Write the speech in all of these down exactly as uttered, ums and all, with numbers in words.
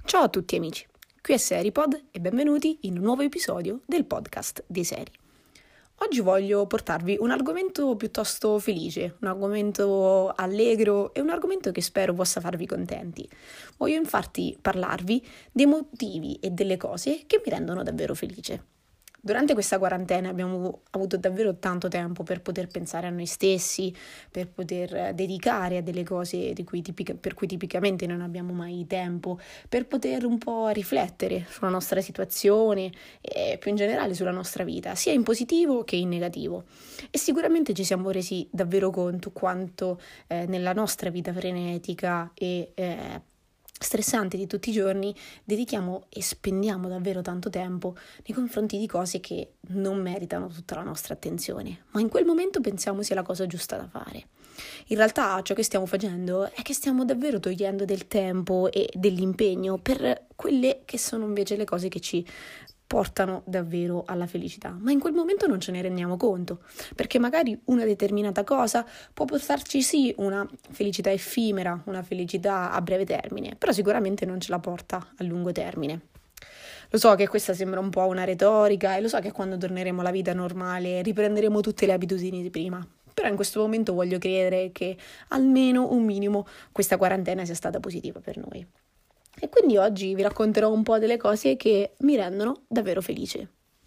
Ciao a tutti amici, qui è Seripod e benvenuti in un nuovo episodio del podcast dei seri. Oggi voglio portarvi un argomento piuttosto felice, un argomento allegro e un argomento che spero possa farvi contenti. Voglio infatti parlarvi dei motivi e delle cose che mi rendono davvero felice. Durante questa quarantena abbiamo avuto davvero tanto tempo per poter pensare a noi stessi, per poter dedicare a delle cose di cui tipica, per cui tipicamente non abbiamo mai tempo, per poter un po' riflettere sulla nostra situazione e più in generale sulla nostra vita, sia in positivo che in negativo. E sicuramente ci siamo resi davvero conto quanto eh, nella nostra vita frenetica e eh, stressante di tutti i giorni dedichiamo e spendiamo davvero tanto tempo nei confronti di cose che non meritano tutta la nostra attenzione, ma in quel momento pensiamo sia la cosa giusta da fare. In realtà ciò che stiamo facendo è che stiamo davvero togliendo del tempo e dell'impegno per quelle che sono invece le cose che ci portano davvero alla felicità, ma in quel momento non ce ne rendiamo conto, perché magari una determinata cosa può portarci sì una felicità effimera, una felicità a breve termine, però sicuramente non ce la porta a lungo termine. Lo so che questa sembra un po' una retorica e lo so che quando torneremo alla vita normale riprenderemo tutte le abitudini di prima, però in questo momento voglio credere che almeno un minimo questa quarantena sia stata positiva per noi. E quindi oggi vi racconterò un po' delle cose che mi rendono davvero felice.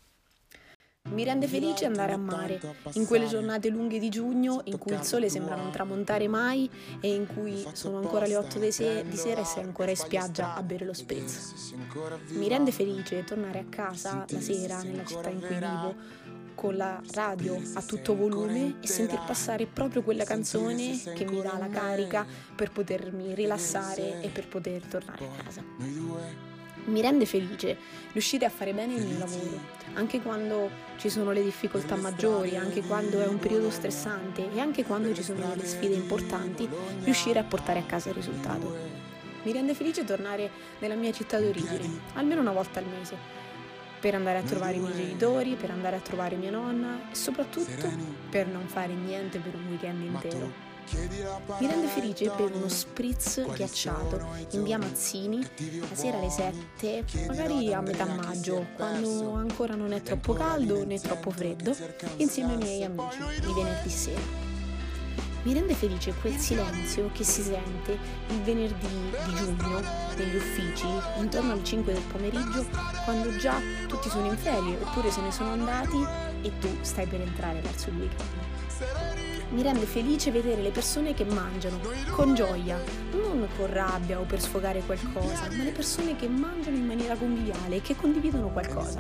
Mi rende felice andare a mare, in quelle giornate lunghe di giugno in cui il sole sembra non tramontare mai e in cui sono ancora le otto di sera e sei ancora in spiaggia a bere lo spritz. Mi rende felice tornare a casa la sera nella città in cui vivo, con la radio a tutto volume e sentir passare proprio quella canzone che mi dà la carica per potermi rilassare e per poter tornare a casa. Mi rende felice riuscire a fare bene il mio lavoro, anche quando ci sono le difficoltà maggiori, anche quando è un periodo stressante e anche quando ci sono delle sfide importanti, riuscire a portare a casa il risultato. Mi rende felice tornare nella mia città d'origine, almeno una volta al mese, per andare a trovare i miei genitori, per andare a trovare mia nonna e soprattutto per non fare niente per un weekend intero. Mi rende felice bere uno spritz ghiacciato in via Mazzini la sera alle sette, magari a metà maggio, quando ancora non è troppo caldo né troppo freddo, insieme ai miei amici di venerdì sera. Mi rende felice quel silenzio che si sente il venerdì di giugno negli uffici intorno alle cinque del pomeriggio, quando già tutti sono in ferie oppure se ne sono andati e tu stai per entrare verso il weekend. Mi rende felice vedere le persone che mangiano con gioia, non con rabbia o per sfogare qualcosa, ma le persone che mangiano in maniera conviviale e che condividono qualcosa.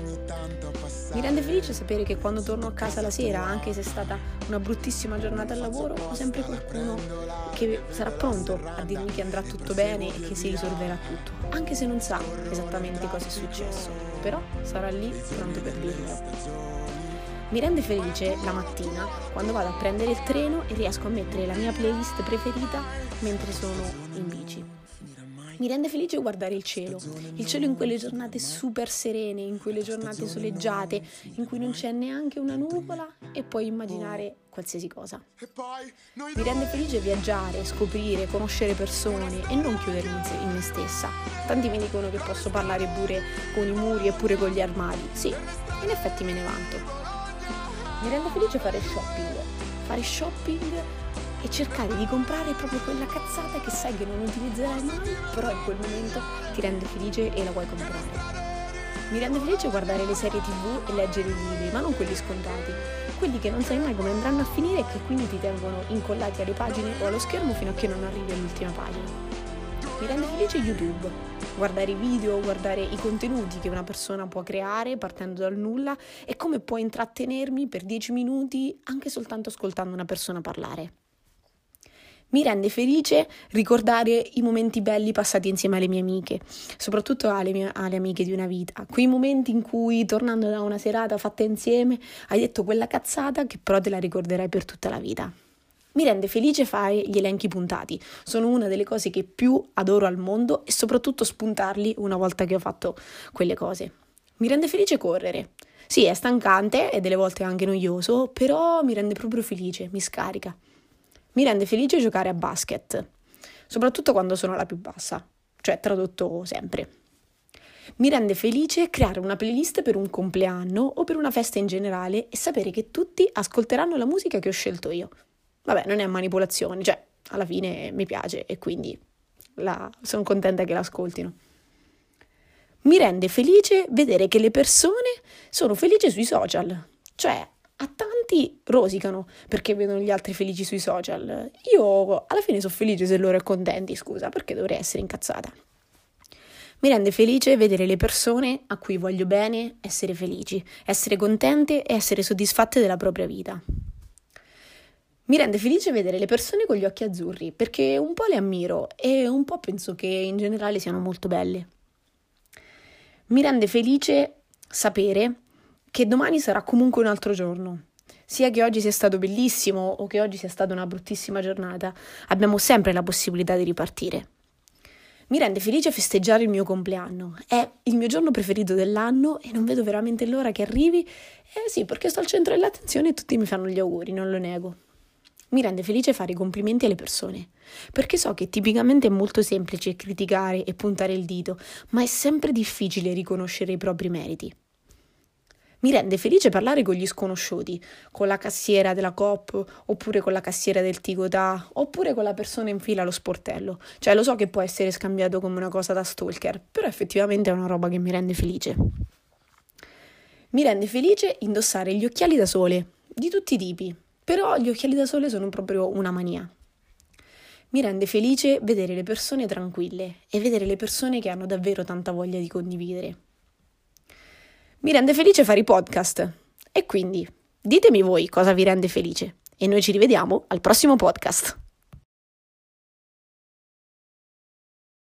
Mi rende felice sapere che quando torno a casa la sera, anche se è stata una bruttissima giornata al lavoro, ho sempre qualcuno che sarà pronto a dirmi che andrà tutto bene e che si risolverà tutto, anche se non sa esattamente cosa è successo, però sarà lì pronto per dirmelo. Mi rende felice la mattina quando vado a prendere il treno e riesco a mettere la mia playlist preferita mentre sono in bici. Mi rende felice guardare il cielo, il cielo in quelle giornate super serene, in quelle giornate soleggiate, in cui non c'è neanche una nuvola e puoi immaginare qualsiasi cosa. Mi rende felice viaggiare, scoprire, conoscere persone e non chiudermi in me stessa. Tanti mi dicono che posso parlare pure con i muri e pure con gli armadi. Sì, in effetti me ne vanto. Mi rende felice fare shopping, fare shopping e cercare di comprare proprio quella cazzata che sai che non utilizzerai mai, però in quel momento ti rende felice e la vuoi comprare. Mi rende felice guardare le serie tv e leggere i libri, ma non quelli scontati, quelli che non sai mai come andranno a finire e che quindi ti tengono incollati alle pagine o allo schermo fino a che non arrivi all'ultima pagina. Mi rende felice YouTube, guardare i video, guardare i contenuti che una persona può creare partendo dal nulla e come può intrattenermi per dieci minuti anche soltanto ascoltando una persona parlare. Mi rende felice ricordare i momenti belli passati insieme alle mie amiche, soprattutto alle, mie, alle amiche di una vita, quei momenti in cui tornando da una serata fatta insieme hai detto quella cazzata che però te la ricorderai per tutta la vita. Mi rende felice fare gli elenchi puntati, sono una delle cose che più adoro al mondo e soprattutto spuntarli una volta che ho fatto quelle cose. Mi rende felice correre. Sì, è stancante e delle volte anche noioso, però mi rende proprio felice, mi scarica. Mi rende felice giocare a basket, soprattutto quando sono la più bassa. cioè tradotto sempre. Mi rende felice creare una playlist per un compleanno o per una festa in generale e sapere che tutti ascolteranno la musica che ho scelto io. Vabbè, non è manipolazione, cioè alla fine mi piace e quindi la... sono contenta che l'ascoltino. Mi rende felice vedere che le persone sono felici sui social, cioè a tanti rosicano perché vedono gli altri felici sui social. Io alla fine sono felice se loro è contenti, scusa, perché dovrei essere incazzata. Mi rende felice vedere le persone a cui voglio bene essere felici, essere contente e essere soddisfatte della propria vita. Mi rende felice vedere le persone con gli occhi azzurri, perché un po' le ammiro e un po' penso che in generale siano molto belle. Mi rende felice sapere che domani sarà comunque un altro giorno. Sia che oggi sia stato bellissimo o che oggi sia stata una bruttissima giornata, abbiamo sempre la possibilità di ripartire. Mi rende felice festeggiare il mio compleanno. È il mio giorno preferito dell'anno e non vedo veramente l'ora che arrivi. Eh sì, perché sto al centro dell'attenzione e tutti mi fanno gli auguri, non lo nego. Mi rende felice fare i complimenti alle persone, perché so che tipicamente è molto semplice criticare e puntare il dito, ma è sempre difficile riconoscere i propri meriti. Mi rende felice parlare con gli sconosciuti, con la cassiera della Coop, oppure con la cassiera del Ticotà, oppure con la persona in fila allo sportello. Cioè lo so che può essere scambiato come una cosa da stalker, però effettivamente è una roba che mi rende felice. Mi rende felice indossare gli occhiali da sole, di tutti i tipi, però gli occhiali da sole sono proprio una mania. Mi rende felice vedere le persone tranquille e vedere le persone che hanno davvero tanta voglia di condividere. Mi rende felice fare i podcast e quindi ditemi voi cosa vi rende felice e noi ci rivediamo al prossimo podcast.